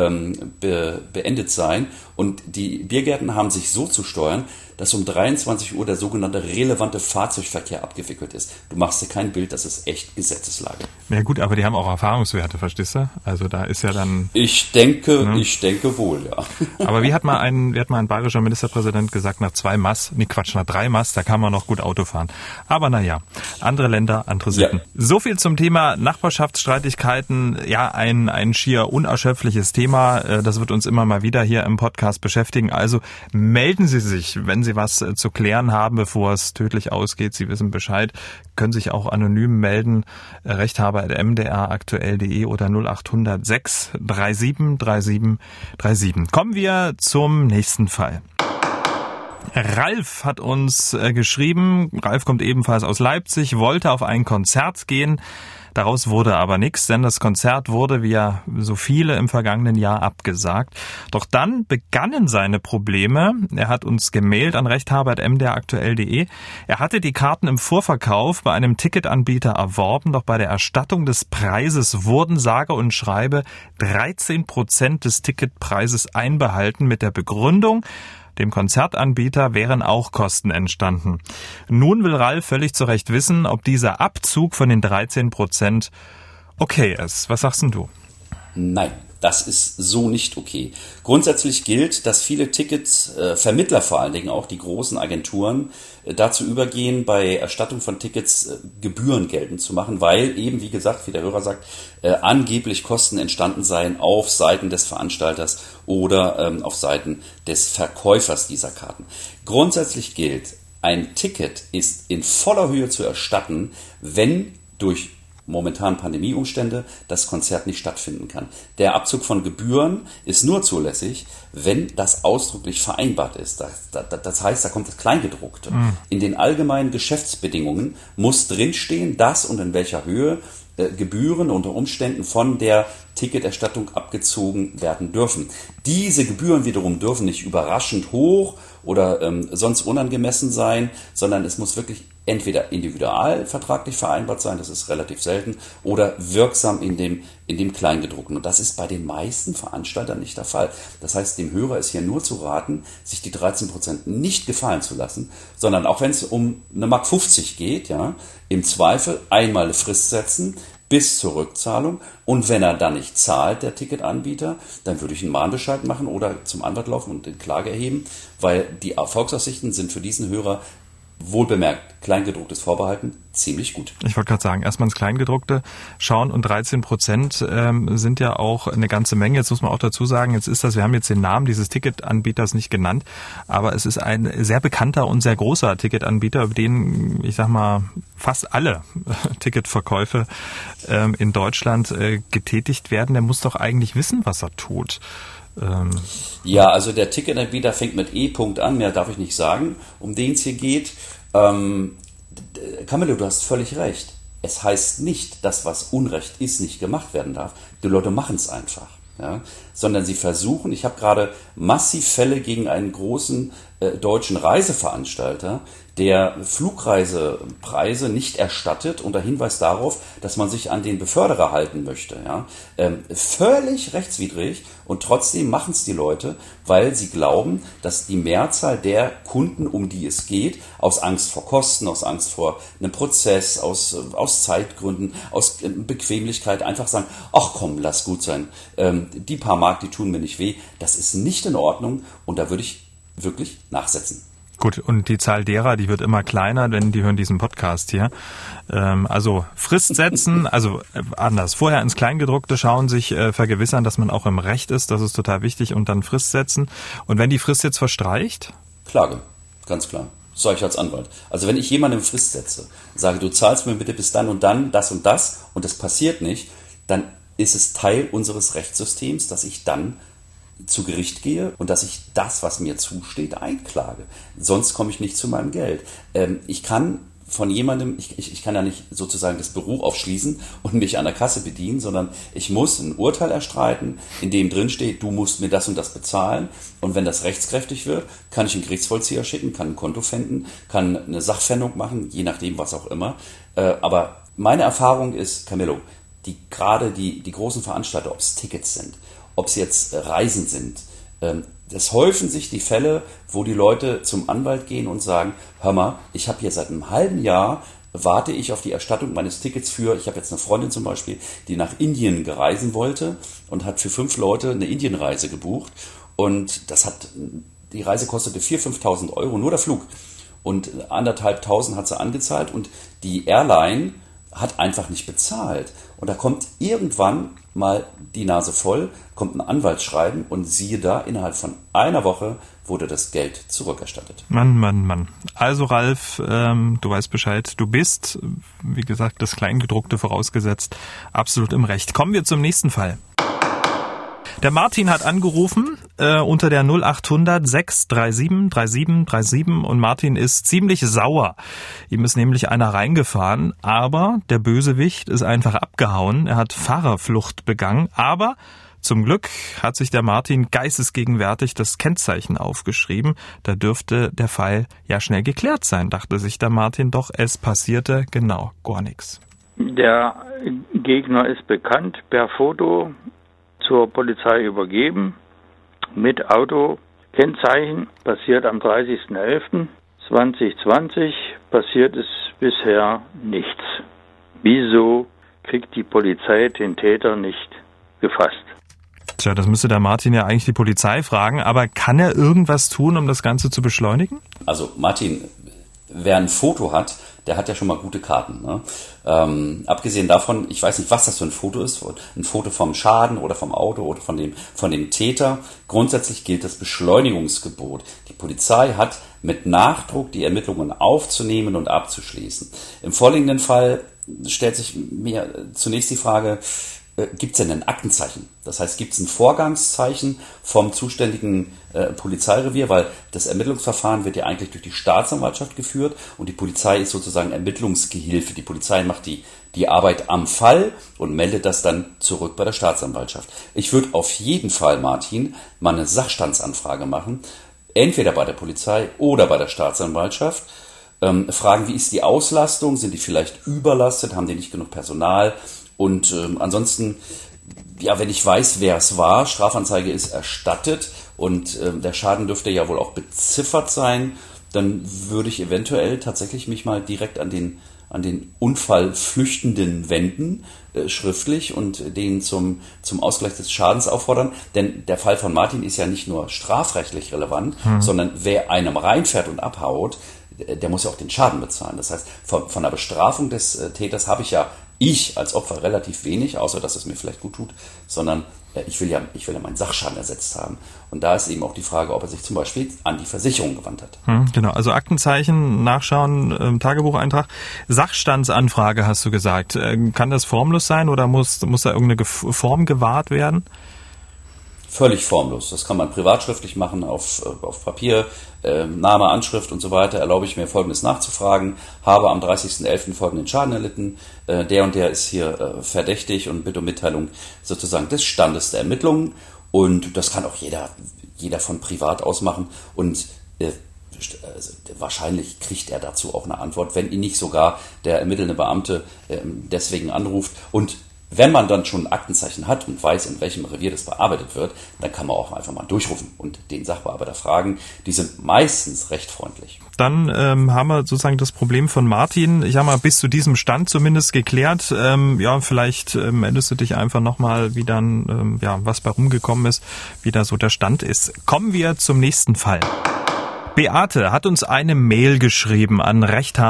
beendet sein. Und die Biergärten haben sich so zu steuern, dass um 23 Uhr der sogenannte relevante Fahrzeugverkehr abgewickelt ist. Du machst dir kein Bild, das ist echt Gesetzeslage. Ja gut, aber die haben auch Erfahrungswerte, verstehst du? Also da ist ja dann... Ich denke wohl, ja. Aber wie hat mal ein bayerischer Ministerpräsident gesagt, nach 3 Maß, da kann man noch gut Auto fahren. Aber naja, andere Länder, andere Sitten. Ja. So viel zum Thema Nachbarschaftsstreitigkeiten. Ja, ein schier unerschöpfliches Thema. Das wird uns immer mal wieder hier im Podcast beschäftigen. Also melden Sie sich, wenn Sie was zu klären haben, bevor es tödlich ausgeht. Sie wissen Bescheid, können sich auch anonym melden. rechthaber@mdraktuell.de oder 0800 6 37 37 37. Kommen wir zum nächsten Fall. Ralf hat uns geschrieben, Ralf kommt ebenfalls aus Leipzig, wollte auf ein Konzert gehen. Daraus wurde aber nichts, denn das Konzert wurde, wie ja so viele im vergangenen Jahr, abgesagt. Doch dann begannen seine Probleme. Er hat uns gemailt an rechthaber@mdraktuell.de. Er hatte die Karten im Vorverkauf bei einem Ticketanbieter erworben, doch bei der Erstattung des Preises wurden sage und schreibe 13% des Ticketpreises einbehalten mit der Begründung, dem Konzertanbieter wären auch Kosten entstanden. Nun will Ralf völlig zu Recht wissen, ob dieser Abzug von den 13% okay ist. Was sagst denn du? Nein, das ist so nicht okay. Grundsätzlich gilt, dass viele Vermittler vor allen Dingen auch, die großen Agenturen, dazu übergehen, bei Erstattung von Tickets Gebühren geltend zu machen, weil eben, wie gesagt, wie der Hörer sagt, angeblich Kosten entstanden seien auf Seiten des Veranstalters oder auf Seiten des Verkäufers dieser Karten. Grundsätzlich gilt, ein Ticket ist in voller Höhe zu erstatten, wenn durch momentanen Pandemieumstände das Konzert nicht stattfinden kann. Der Abzug von Gebühren ist nur zulässig, wenn das ausdrücklich vereinbart ist. Das heißt, da kommt das Kleingedruckte. In den allgemeinen Geschäftsbedingungen muss drinstehen, dass und in welcher Höhe Gebühren unter Umständen von der Ticketerstattung abgezogen werden dürfen. Diese Gebühren wiederum dürfen nicht überraschend hoch oder sonst unangemessen sein, sondern es muss wirklich entweder individualvertraglich vereinbart sein, das ist relativ selten, oder wirksam in dem Kleingedruckten. Und das ist bei den meisten Veranstaltern nicht der Fall. Das heißt, dem Hörer ist hier nur zu raten, sich die 13% nicht gefallen zu lassen, sondern auch wenn es um eine Mark 50 geht, ja, im Zweifel einmal eine Frist setzen, bis zur Rückzahlung. Und wenn er dann nicht zahlt, der Ticketanbieter, dann würde ich einen Mahnbescheid machen oder zum Anwalt laufen und eine Klage erheben, weil die Erfolgsaussichten sind für diesen Hörer, wohlbemerkt, Kleingedrucktes vorbehalten, ziemlich gut. Ich wollte gerade sagen, erstmal ins Kleingedruckte schauen und 13% sind ja auch eine ganze Menge. Jetzt muss man auch dazu sagen, wir haben jetzt den Namen dieses Ticketanbieters nicht genannt, aber es ist ein sehr bekannter und sehr großer Ticketanbieter, über den, ich sag mal, fast alle Ticketverkäufe in Deutschland getätigt werden. Der muss doch eigentlich wissen, was er tut. Ja, also der Ticketanbieter fängt mit E. an, mehr darf ich nicht sagen, um den es hier geht. Camillo, du hast völlig recht. Es heißt nicht, dass was Unrecht ist, nicht gemacht werden darf. Die Leute machen es einfach. Ja? Sondern sie versuchen, ich habe gerade massiv Fälle gegen einen großen deutschen Reiseveranstalter, der Flugreisepreise nicht erstattet unter Hinweis darauf, dass man sich an den Beförderer halten möchte. Ja? Völlig rechtswidrig und trotzdem machen es die Leute, weil sie glauben, dass die Mehrzahl der Kunden, um die es geht, aus Angst vor Kosten, aus Angst vor einem Prozess, aus Zeitgründen, aus Bequemlichkeit einfach sagen, ach komm, lass gut sein, die paar Mark, die tun mir nicht weh. Das ist nicht in Ordnung und da würde ich wirklich nachsetzen. Gut, und die Zahl derer, die wird immer kleiner, denn die hören diesen Podcast hier. Also Frist setzen, anders. Vorher ins Kleingedruckte schauen, sich vergewissern, dass man auch im Recht ist. Das ist total wichtig. Und dann Frist setzen. Und wenn die Frist jetzt verstreicht? Klage, ganz klar. Das sage ich als Anwalt. Also wenn ich jemandem Frist setze, sage, du zahlst mir bitte bis dann und das und das passiert nicht, dann ist es Teil unseres Rechtssystems, dass ich dann zu Gericht gehe und dass ich das, was mir zusteht, einklage. Sonst komme ich nicht zu meinem Geld. Ich kann von jemandem, ich kann ja nicht sozusagen das Büro aufschließen und mich an der Kasse bedienen, sondern ich muss ein Urteil erstreiten, in dem drin steht, du musst mir das und das bezahlen. Und wenn das rechtskräftig wird, kann ich einen Gerichtsvollzieher schicken, kann ein Konto pfänden, kann eine Sachpfändung machen, je nachdem, was auch immer. Aber meine Erfahrung ist, Camillo, gerade die großen Veranstalter, ob es Tickets sind, ob es jetzt Reisen sind, es häufen sich die Fälle, wo die Leute zum Anwalt gehen und sagen, hör mal, ich habe hier seit einem halben Jahr, warte ich auf die Erstattung meines Tickets ich habe jetzt eine Freundin zum Beispiel, die nach Indien reisen wollte und hat für 5 Leute eine Indienreise gebucht und die Reise kostete 4.000, 5.000 Euro, nur der Flug. Und 1.500 hat sie angezahlt und die Airline hat einfach nicht bezahlt. Und da kommt irgendwann mal die Nase voll, kommt ein Anwaltsschreiben und siehe da, innerhalb von einer Woche wurde das Geld zurückerstattet. Mann. Also Ralf, du weißt Bescheid, du bist, wie gesagt, das Kleingedruckte vorausgesetzt, absolut im Recht. Kommen wir zum nächsten Fall. Der Martin hat angerufen unter der 0800 637 3737 und Martin ist ziemlich sauer. Ihm ist nämlich einer reingefahren, aber der Bösewicht ist einfach abgehauen. Er hat Fahrerflucht begangen, aber zum Glück hat sich der Martin geistesgegenwärtig das Kennzeichen aufgeschrieben. Da dürfte der Fall ja schnell geklärt sein, dachte sich der Martin, doch es passierte genau gar nichts. Der Gegner ist bekannt, per Foto zur Polizei übergeben, mit Autokennzeichen, passiert am 30.11.2020, passiert es bisher nichts. Wieso kriegt die Polizei den Täter nicht gefasst? Tja, das müsste der Martin ja eigentlich die Polizei fragen, aber kann er irgendwas tun, um das Ganze zu beschleunigen? Also Martin, wer ein Foto hat, der hat ja schon mal gute Karten. Ne? Abgesehen davon, ich weiß nicht, was das für ein Foto ist, ein Foto vom Schaden oder vom Auto oder von dem Täter. Grundsätzlich gilt das Beschleunigungsgebot. Die Polizei hat mit Nachdruck die Ermittlungen aufzunehmen und abzuschließen. Im vorliegenden Fall stellt sich mir zunächst die Frage, gibt es denn ein Aktenzeichen? Das heißt, gibt es ein Vorgangszeichen vom zuständigen Polizeirevier, weil das Ermittlungsverfahren wird ja eigentlich durch die Staatsanwaltschaft geführt und die Polizei ist sozusagen Ermittlungsgehilfe. Die Polizei macht die Arbeit am Fall und meldet das dann zurück bei der Staatsanwaltschaft. Ich würde auf jeden Fall, Martin, mal eine Sachstandsanfrage machen, entweder bei der Polizei oder bei der Staatsanwaltschaft, fragen, wie ist die Auslastung, sind die vielleicht überlastet, haben die nicht genug Personal? Und ansonsten, ja, wenn ich weiß, wer es war, Strafanzeige ist erstattet und der Schaden dürfte ja wohl auch beziffert sein, dann würde ich eventuell tatsächlich mich mal direkt an den Unfallflüchtenden wenden, schriftlich, und den zum Ausgleich des Schadens auffordern. Denn der Fall von Martin ist ja nicht nur strafrechtlich relevant, sondern wer einem reinfährt und abhaut, der muss ja auch den Schaden bezahlen. Das heißt, von der Bestrafung des Täters habe ich als Opfer relativ wenig, außer dass es mir vielleicht gut tut, sondern ich will ja meinen Sachschaden ersetzt haben. Und da ist eben auch die Frage, ob er sich zum Beispiel an die Versicherung gewandt hat. Genau, also Aktenzeichen, Nachschauen, Tagebucheintrag. Sachstandsanfrage hast du gesagt. Kann das formlos sein oder muss da irgendeine Form gewahrt werden? Völlig formlos. Das kann man privatschriftlich machen, auf Papier, Name, Anschrift und so weiter. Erlaube ich mir Folgendes nachzufragen. Habe am 30.11. folgenden Schaden erlitten. Der und der ist hier verdächtig und bitte um Mitteilung sozusagen des Standes der Ermittlungen. Und das kann auch jeder von privat aus machen. Und wahrscheinlich kriegt er dazu auch eine Antwort, wenn ihn nicht sogar der ermittelnde Beamte deswegen anruft. Und wenn man dann schon ein Aktenzeichen hat und weiß, in welchem Revier das bearbeitet wird, dann kann man auch einfach mal durchrufen und den Sachbearbeiter fragen. Die sind meistens recht freundlich. Dann haben wir sozusagen das Problem von Martin, ich habe mal bis zu diesem Stand zumindest geklärt. Vielleicht meldest du dich einfach nochmal, wie dann, was bei rumgekommen ist, wie da so der Stand ist. Kommen wir zum nächsten Fall. Beate hat uns eine Mail geschrieben an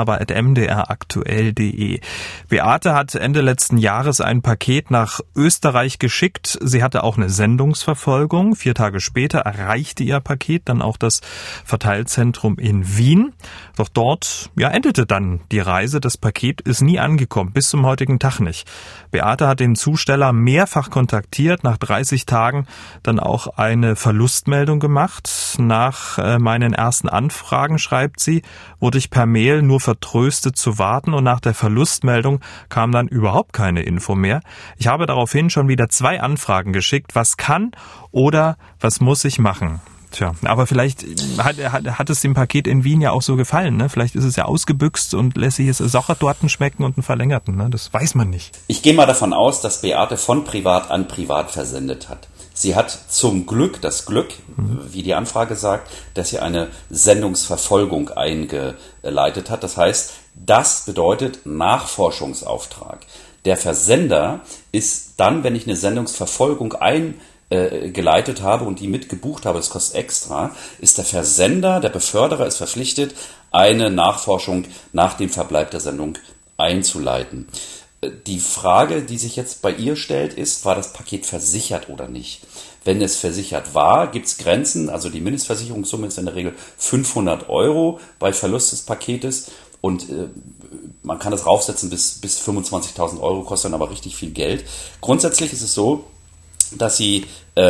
rechthaber@mdraktuell.de. Beate hat Ende letzten Jahres ein Paket nach Österreich geschickt. Sie hatte auch eine Sendungsverfolgung. 4 Tage später erreichte ihr Paket dann auch das Verteilzentrum in Wien. Doch dort endete dann die Reise. Das Paket ist nie angekommen, bis zum heutigen Tag nicht. Beate hat den Zusteller mehrfach kontaktiert, nach 30 Tagen dann auch eine Verlustmeldung gemacht. Nach meinen ersten Anfragen, schreibt sie, wurde ich per Mail nur vertröstet zu warten und nach der Verlustmeldung kam dann überhaupt keine Info mehr. Ich habe daraufhin schon wieder 2 Anfragen geschickt. Was kann oder was muss ich machen? Tja, aber vielleicht hat es dem Paket in Wien ja auch so gefallen, ne? Vielleicht ist es ja ausgebüxt und lässt sich es Sachertorten schmecken und einen verlängerten, ne? Das weiß man nicht. Ich gehe mal davon aus, dass Beate von privat an privat versendet hat. Sie hat zum Glück das Glück, wie die Anfrage sagt, dass sie eine Sendungsverfolgung eingeleitet hat. Das heißt, das bedeutet Nachforschungsauftrag. Der Versender ist dann, wenn ich eine Sendungsverfolgung eingeleitet habe und die mitgebucht habe, das kostet extra, ist der Versender, der Beförderer ist verpflichtet, eine Nachforschung nach dem Verbleib der Sendung einzuleiten. Die Frage, die sich jetzt bei ihr stellt, ist, war das Paket versichert oder nicht? Wenn es versichert war, gibt es Grenzen. Also die Mindestversicherungssumme ist in der Regel 500 € bei Verlust des Paketes. Und man kann es raufsetzen bis 25.000 €, kostet dann aber richtig viel Geld. Grundsätzlich ist es so, dass sie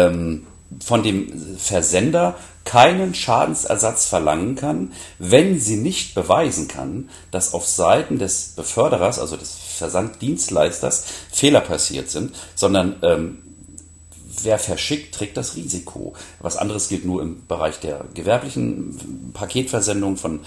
von dem Versender keinen Schadensersatz verlangen kann, wenn sie nicht beweisen kann, dass auf Seiten des Beförderers, also des Versanddienstleisters, Fehler passiert sind, sondern wer verschickt, trägt das Risiko. Was anderes gilt nur im Bereich der gewerblichen Paketversendung von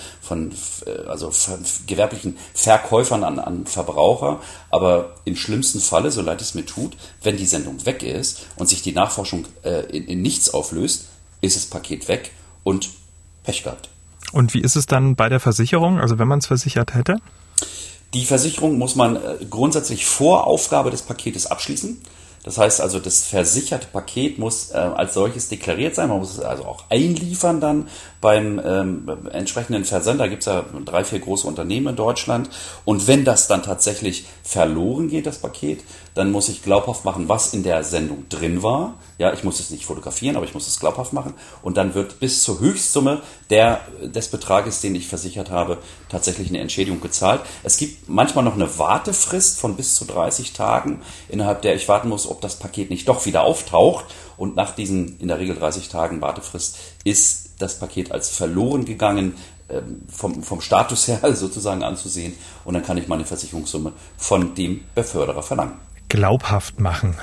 gewerblichen Verkäufern an Verbraucher. Aber im schlimmsten Falle, so leid es mir tut, wenn die Sendung weg ist und sich die Nachforschung in nichts auflöst, ist das Paket weg und Pech gehabt. Und wie ist es dann bei der Versicherung, also wenn man es versichert hätte? Die Versicherung muss man grundsätzlich vor Aufgabe des Paketes abschließen. Das heißt also, das versicherte Paket muss als solches deklariert sein. Man muss es also auch einliefern dann beim entsprechenden Versender, gibt es ja 3, 4 große Unternehmen in Deutschland, und wenn das dann tatsächlich verloren geht, das Paket, dann muss ich glaubhaft machen, was in der Sendung drin war. Ja, ich muss es nicht fotografieren, aber ich muss es glaubhaft machen, und dann wird bis zur Höchstsumme des Betrages, den ich versichert habe, tatsächlich eine Entschädigung gezahlt. Es gibt manchmal noch eine Wartefrist von bis zu 30 Tagen, innerhalb der ich warten muss, ob das Paket nicht doch wieder auftaucht, und nach diesen in der Regel 30 Tagen Wartefrist ist das Paket als verloren gegangen, vom Status her sozusagen anzusehen, und dann kann ich meine Versicherungssumme von dem Beförderer verlangen. Glaubhaft machen.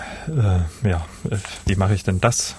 Wie mache ich denn das?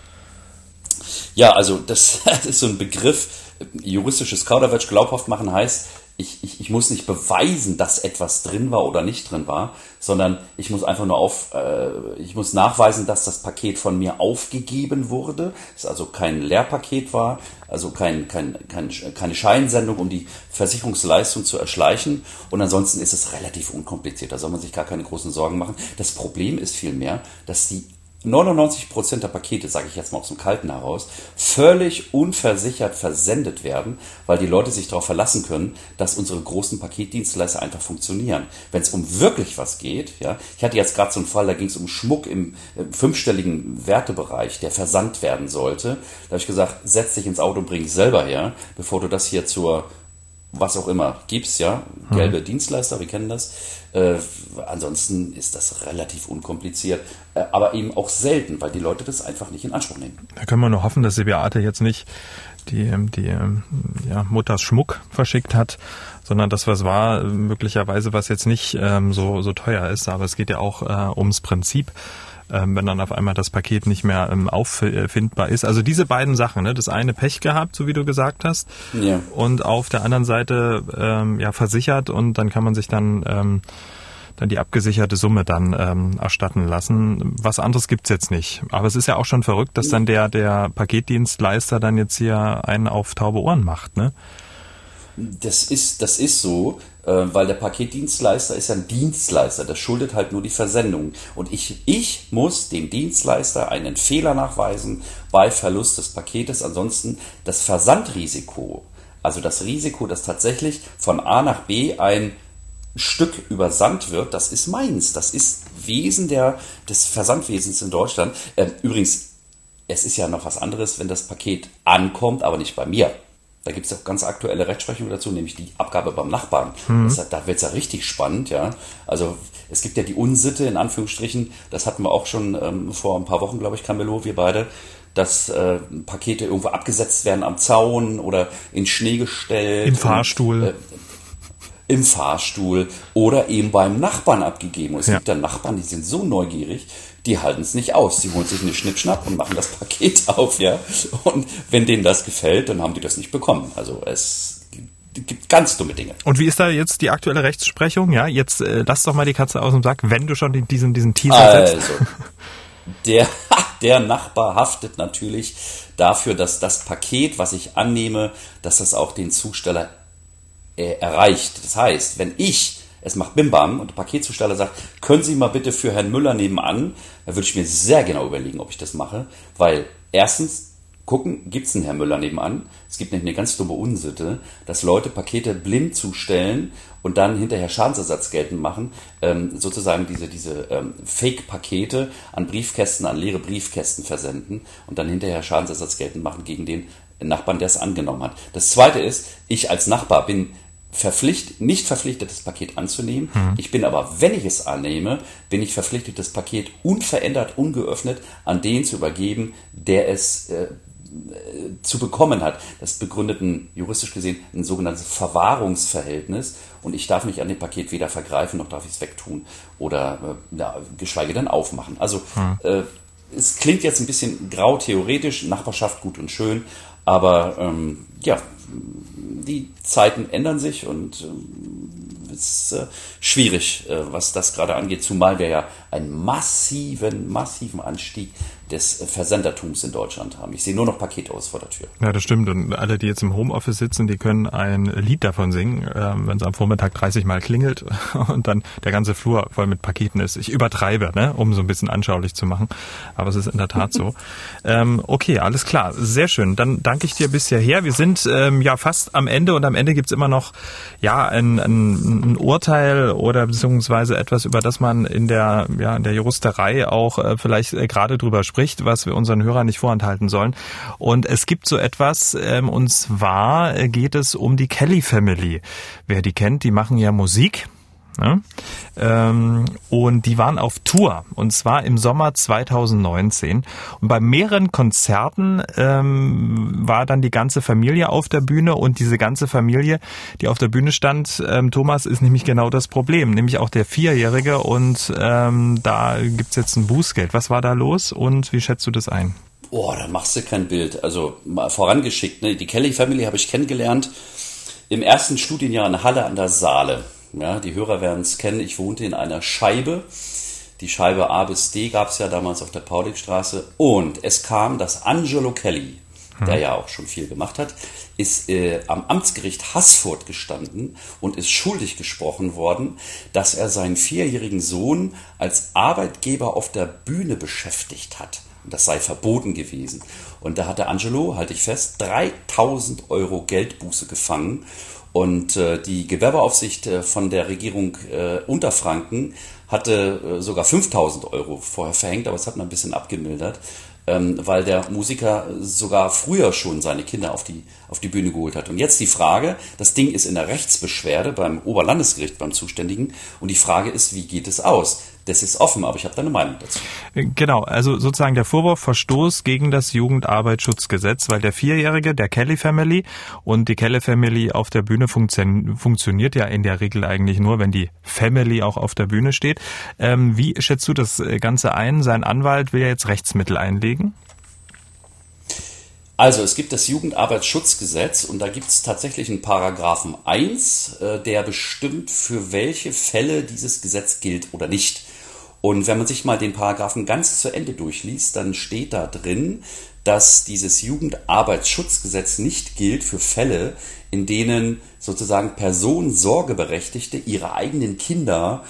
Ja, also das ist so ein Begriff, juristisches Kauderwelsch. Glaubhaft machen heißt, ich muss nicht beweisen, dass etwas drin war oder nicht drin war, sondern ich muss einfach nur ich muss nachweisen, dass das Paket von mir aufgegeben wurde, es also kein Leerpaket war, also keine Scheinsendung, um die Versicherungsleistung zu erschleichen, und ansonsten ist es relativ unkompliziert, da soll man sich gar keine großen Sorgen machen. Das Problem ist vielmehr, dass die 99% der Pakete, sage ich jetzt mal aus dem Kalten heraus, völlig unversichert versendet werden, weil die Leute sich darauf verlassen können, dass unsere großen Paketdienstleister einfach funktionieren. Wenn es um wirklich was geht, ja, ich hatte jetzt gerade so einen Fall, da ging es um Schmuck im 5-stelligen Wertebereich, der versandt werden sollte. Da habe ich gesagt, setz dich ins Auto und bring es selber her, bevor du das hier zur was auch immer gibt's, ja, gelbe Dienstleister, wir kennen das. Ansonsten ist das relativ unkompliziert, aber eben auch selten, weil die Leute das einfach nicht in Anspruch nehmen. Da können wir nur hoffen, dass die Beate jetzt nicht die Mutters Schmuck verschickt hat, sondern dass was war, möglicherweise was jetzt nicht so teuer ist, aber es geht ja auch ums Prinzip. Wenn dann auf einmal das Paket nicht mehr auffindbar ist. Also diese beiden Sachen, ne? Das eine Pech gehabt, so wie du gesagt hast, ja, und auf der anderen Seite versichert, und dann kann man sich dann die abgesicherte Summe dann erstatten lassen. Was anderes gibt's jetzt nicht. Aber es ist ja auch schon verrückt, dass dann der Paketdienstleister dann jetzt hier einen auf taube Ohren macht, ne? Das ist so, weil der Paketdienstleister ist ja ein Dienstleister, der schuldet halt nur die Versendung. Und ich muss dem Dienstleister einen Fehler nachweisen bei Verlust des Paketes. Ansonsten das Versandrisiko, also das Risiko, dass tatsächlich von A nach B ein Stück übersandt wird, das ist meins. Das ist Wesen des Versandwesens in Deutschland. Übrigens, es ist ja noch was anderes, wenn das Paket ankommt, aber nicht bei mir. Da gibt es auch ganz aktuelle Rechtsprechung dazu, nämlich die Abgabe beim Nachbarn. Da wird es ja richtig spannend, ja. Also es gibt ja die Unsitte, in Anführungsstrichen, das hatten wir auch schon vor ein paar Wochen, glaube ich, Camillo, wir beide, dass Pakete irgendwo abgesetzt werden am Zaun oder in Schnee gestellt. Im Fahrstuhl. Im Fahrstuhl oder eben beim Nachbarn abgegeben. Und es gibt ja Nachbarn, die sind so neugierig, die halten es nicht aus. Die holen sich eine Schnippschnapp und machen das Paket auf, ja. Und wenn denen das gefällt, dann haben die das nicht bekommen. Also es gibt ganz dumme Dinge. Und wie ist da jetzt die aktuelle Rechtsprechung? Ja, jetzt lass doch mal die Katze aus dem Sack, wenn du schon diesen Teaser setzt. Also, der Nachbar haftet natürlich dafür, dass das Paket, was ich annehme, dass das auch den Zusteller erreicht. Das heißt, wenn es macht Bim-Bam und der Paketzusteller sagt, können Sie mal bitte für Herrn Müller nebenan, da würde ich mir sehr genau überlegen, ob ich das mache, weil erstens gucken, gibt es einen Herrn Müller nebenan? Es gibt nämlich eine ganz dumme Unsitte, dass Leute Pakete blind zustellen und dann hinterher Schadensersatz geltend machen, sozusagen diese Fake-Pakete an Briefkästen, an leere Briefkästen versenden und dann hinterher Schadensersatz geltend machen gegen den Nachbarn, der es angenommen hat. Das Zweite ist, ich als Nachbar bin nicht verpflichtet, das Paket anzunehmen. Ich bin aber, wenn ich es annehme, bin ich verpflichtet, das Paket unverändert, ungeöffnet an den zu übergeben, der es zu bekommen hat. Das begründet juristisch gesehen ein sogenanntes Verwahrungsverhältnis, und ich darf mich an dem Paket weder vergreifen, noch darf ich es wegtun oder geschweige denn aufmachen. Also es klingt jetzt ein bisschen grau theoretisch, Nachbarschaft gut und schön, aber die Zeiten ändern sich und es ist schwierig, was das gerade angeht, zumal wir ja einen massiven Anstieg des Versendertums in Deutschland haben. Ich sehe nur noch Paketautos vor der Tür. Ja, das stimmt. Und alle, die jetzt im Homeoffice sitzen, die können ein Lied davon singen, wenn es am Vormittag 30 Mal klingelt und dann der ganze Flur voll mit Paketen ist. Ich übertreibe, ne, um so ein bisschen anschaulich zu machen. Aber es ist in der Tat so. Okay, alles klar. Sehr schön. Dann danke ich dir bis hierher. Wir sind ja fast am Ende und am Ende gibt's immer noch ein Urteil oder beziehungsweise etwas, über das man in der Juristerei auch vielleicht gerade drüber spricht, was wir unseren Hörern nicht vorenthalten sollen. Und es gibt so etwas, und zwar geht es um die Kelly Family. Wer die kennt, die machen ja Musik. Ja? Und die waren auf Tour, und zwar im Sommer 2019. Und bei mehreren Konzerten war dann die ganze Familie auf der Bühne, und diese ganze Familie, die auf der Bühne stand, Thomas, ist nämlich genau das Problem, nämlich auch der 4-Jährige, und da gibt's jetzt ein Bußgeld. Was war da los und wie schätzt du das ein? Da machst du kein Bild. Also mal vorangeschickt, ne? Die Kelly Family habe ich kennengelernt im ersten Studienjahr in Halle an der Saale. Ja, die Hörer werden es kennen. Ich wohnte in einer Scheibe. Die Scheibe A bis D gab es ja damals auf der Paulikstraße. Und es kam, dass Angelo Kelly, der ja auch schon viel gemacht hat, ist am Amtsgericht Haßfurt gestanden und ist schuldig gesprochen worden, dass er seinen 4-jährigen Sohn als Arbeitgeber auf der Bühne beschäftigt hat. Und das sei verboten gewesen. Und da hat der Angelo, halte ich fest, 3.000 Euro Geldbuße gefangen. Und die Gewerbeaufsicht von der Regierung Unterfranken hatte sogar 5.000 Euro vorher verhängt, aber es hat man ein bisschen abgemildert, weil der Musiker sogar früher schon seine Kinder auf die Bühne geholt hat. Und jetzt die Frage, das Ding ist in der Rechtsbeschwerde beim Oberlandesgericht, beim Zuständigen, und die Frage ist, wie geht es aus? Das ist offen, aber ich habe da eine Meinung dazu. Genau, also sozusagen der Vorwurf Verstoß gegen das Jugendarbeitsschutzgesetz, weil der 4-Jährige, der Kelly Family, und die Kelly Family auf der Bühne funktioniert ja in der Regel eigentlich nur, wenn die Family auch auf der Bühne steht. Wie schätzt du das Ganze ein? Sein Anwalt will ja jetzt Rechtsmittel einlegen. Also es gibt das Jugendarbeitsschutzgesetz, und da gibt es tatsächlich einen Paragraphen 1, der bestimmt, für welche Fälle dieses Gesetz gilt oder nicht. Und wenn man sich mal den Paragraphen ganz zu Ende durchliest, dann steht da drin, dass dieses Jugendarbeitsschutzgesetz nicht gilt für Fälle, in denen sozusagen Personensorgeberechtigte ihre eigenen Kinder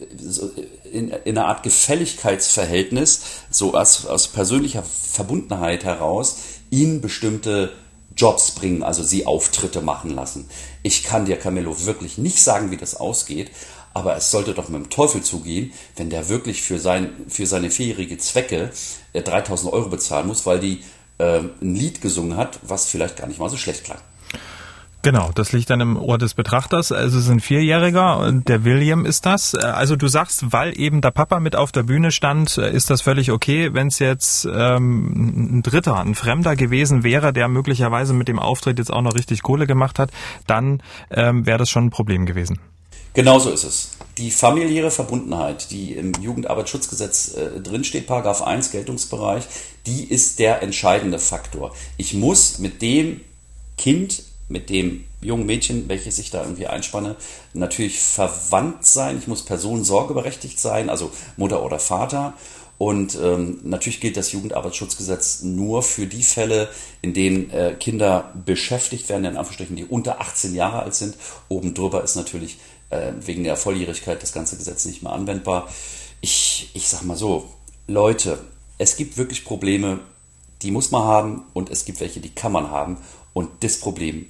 in einer Art Gefälligkeitsverhältnis, so aus persönlicher Verbundenheit heraus, ihnen bestimmte Jobs bringen, also sie Auftritte machen lassen. Ich kann dir, Camillo, wirklich nicht sagen, wie das ausgeht, aber es sollte doch mit dem Teufel zugehen, wenn der wirklich für seine 4-jährige Zwecke 3.000 Euro bezahlen muss, weil die ein Lied gesungen hat, was vielleicht gar nicht mal so schlecht klang. Genau, das liegt dann im Ohr des Betrachters. Also es ist ein 4-Jähriger, und der William ist das. Also du sagst, weil eben der Papa mit auf der Bühne stand, ist das völlig okay. Wenn es jetzt ein Dritter, ein Fremder gewesen wäre, der möglicherweise mit dem Auftritt jetzt auch noch richtig Kohle gemacht hat, dann wäre das schon ein Problem gewesen. Genau so ist es. Die familiäre Verbundenheit, die im Jugendarbeitsschutzgesetz drinsteht, Paragraph 1 Geltungsbereich, die ist der entscheidende Faktor. Ich muss mit dem Kind, mit dem jungen Mädchen, welches ich da irgendwie einspanne, natürlich verwandt sein. Ich muss personensorgeberechtigt sein, also Mutter oder Vater. Und natürlich gilt das Jugendarbeitsschutzgesetz nur für die Fälle, in denen Kinder beschäftigt werden, in Anführungsstrichen, die unter 18 Jahre alt sind. Oben drüber ist natürlich wegen der Volljährigkeit das ganze Gesetz nicht mehr anwendbar. Ich sag mal so, Leute, es gibt wirklich Probleme, die muss man haben, und es gibt welche, die kann man haben. Und das Problem,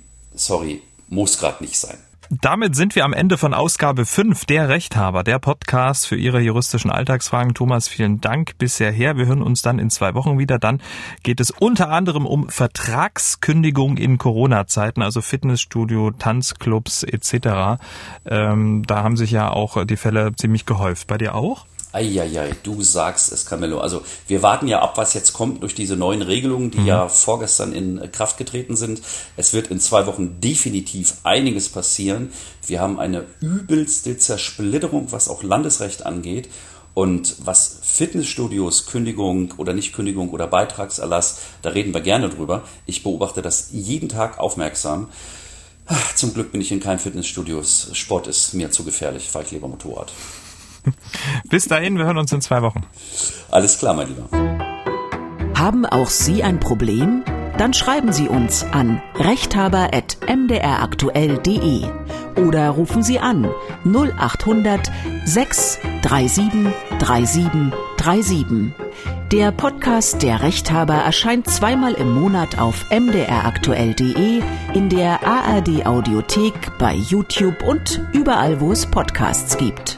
muss gerade nicht sein. Damit sind wir am Ende von Ausgabe 5 der Rechthaber, der Podcast für Ihre juristischen Alltagsfragen. Thomas, vielen Dank bisher her. Wir hören uns dann in 2 Wochen wieder. Dann geht es unter anderem um Vertragskündigung in Corona-Zeiten, also Fitnessstudio, Tanzclubs etc. Da haben sich ja auch die Fälle ziemlich gehäuft. Bei dir auch? Eieiei, du sagst es, Camillo. Also wir warten ja ab, was jetzt kommt durch diese neuen Regelungen, die ja vorgestern in Kraft getreten sind. Es wird in 2 Wochen definitiv einiges passieren. Wir haben eine übelste Zersplitterung, was auch Landesrecht angeht. Und was Fitnessstudios, Kündigung oder Nichtkündigung oder Beitragserlass, da reden wir gerne drüber. Ich beobachte das jeden Tag aufmerksam. Zum Glück bin ich in keinem Fitnessstudio. Sport ist mir zu gefährlich, fahre ich lieber Motorrad. Bis dahin, wir hören uns in 2 Wochen. Alles klar, mein Lieber. Haben auch Sie ein Problem? Dann schreiben Sie uns an rechthaber@mdraktuell.de oder rufen Sie an 0800 637 3737. Der Podcast Der Rechthaber erscheint zweimal im Monat auf mdraktuell.de, in der ARD Audiothek, bei YouTube und überall, wo es Podcasts gibt.